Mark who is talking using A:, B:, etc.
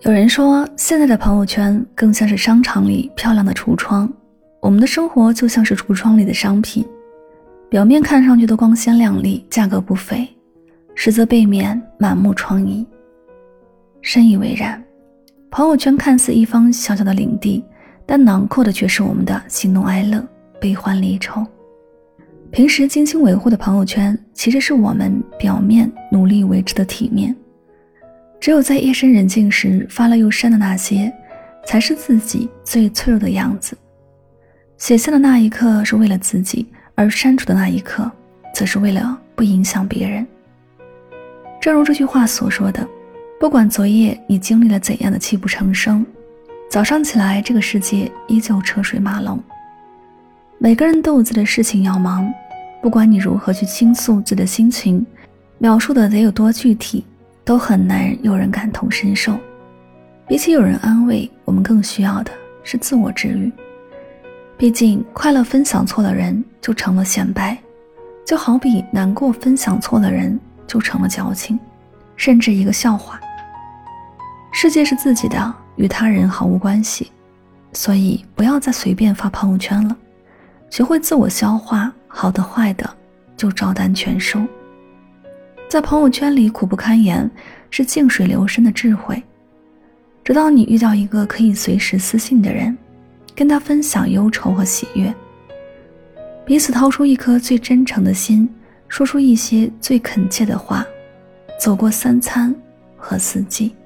A: 有人说，现在的朋友圈更像是商场里漂亮的橱窗，我们的生活就像是橱窗里的商品，表面看上去都光鲜亮丽，价格不菲，实则背面满目疮痍。深以为然，朋友圈看似一方小小的领地，但囊括的却是我们的喜怒哀乐、悲欢离愁。平时精心维护的朋友圈，其实是我们表面努力维持的体面。只有在夜深人静时发了又删的那些，才是自己最脆弱的样子。写下的那一刻是为了自己，而删除的那一刻则是为了不影响别人。正如这句话所说的，不管昨夜你经历了怎样的泣不成声，早上起来这个世界依旧车水马龙。每个人都有自己的事情要忙，不管你如何去倾诉自己的心情，描述的得有多具体，都很难有人感同身受。比起有人安慰，我们更需要的是自我治愈。毕竟快乐分享错了人就成了显摆，就好比难过分享错了人就成了矫情，甚至一个笑话。世界是自己的，与他人毫无关系，所以不要再随便发朋友圈了，学会自我消化，好的坏的就照单全收。在朋友圈里苦不堪言，是静水流深的智慧。直到你遇到一个可以随时私信的人，跟他分享忧愁和喜悦，彼此掏出一颗最真诚的心，说出一些最恳切的话，走过三餐和四季。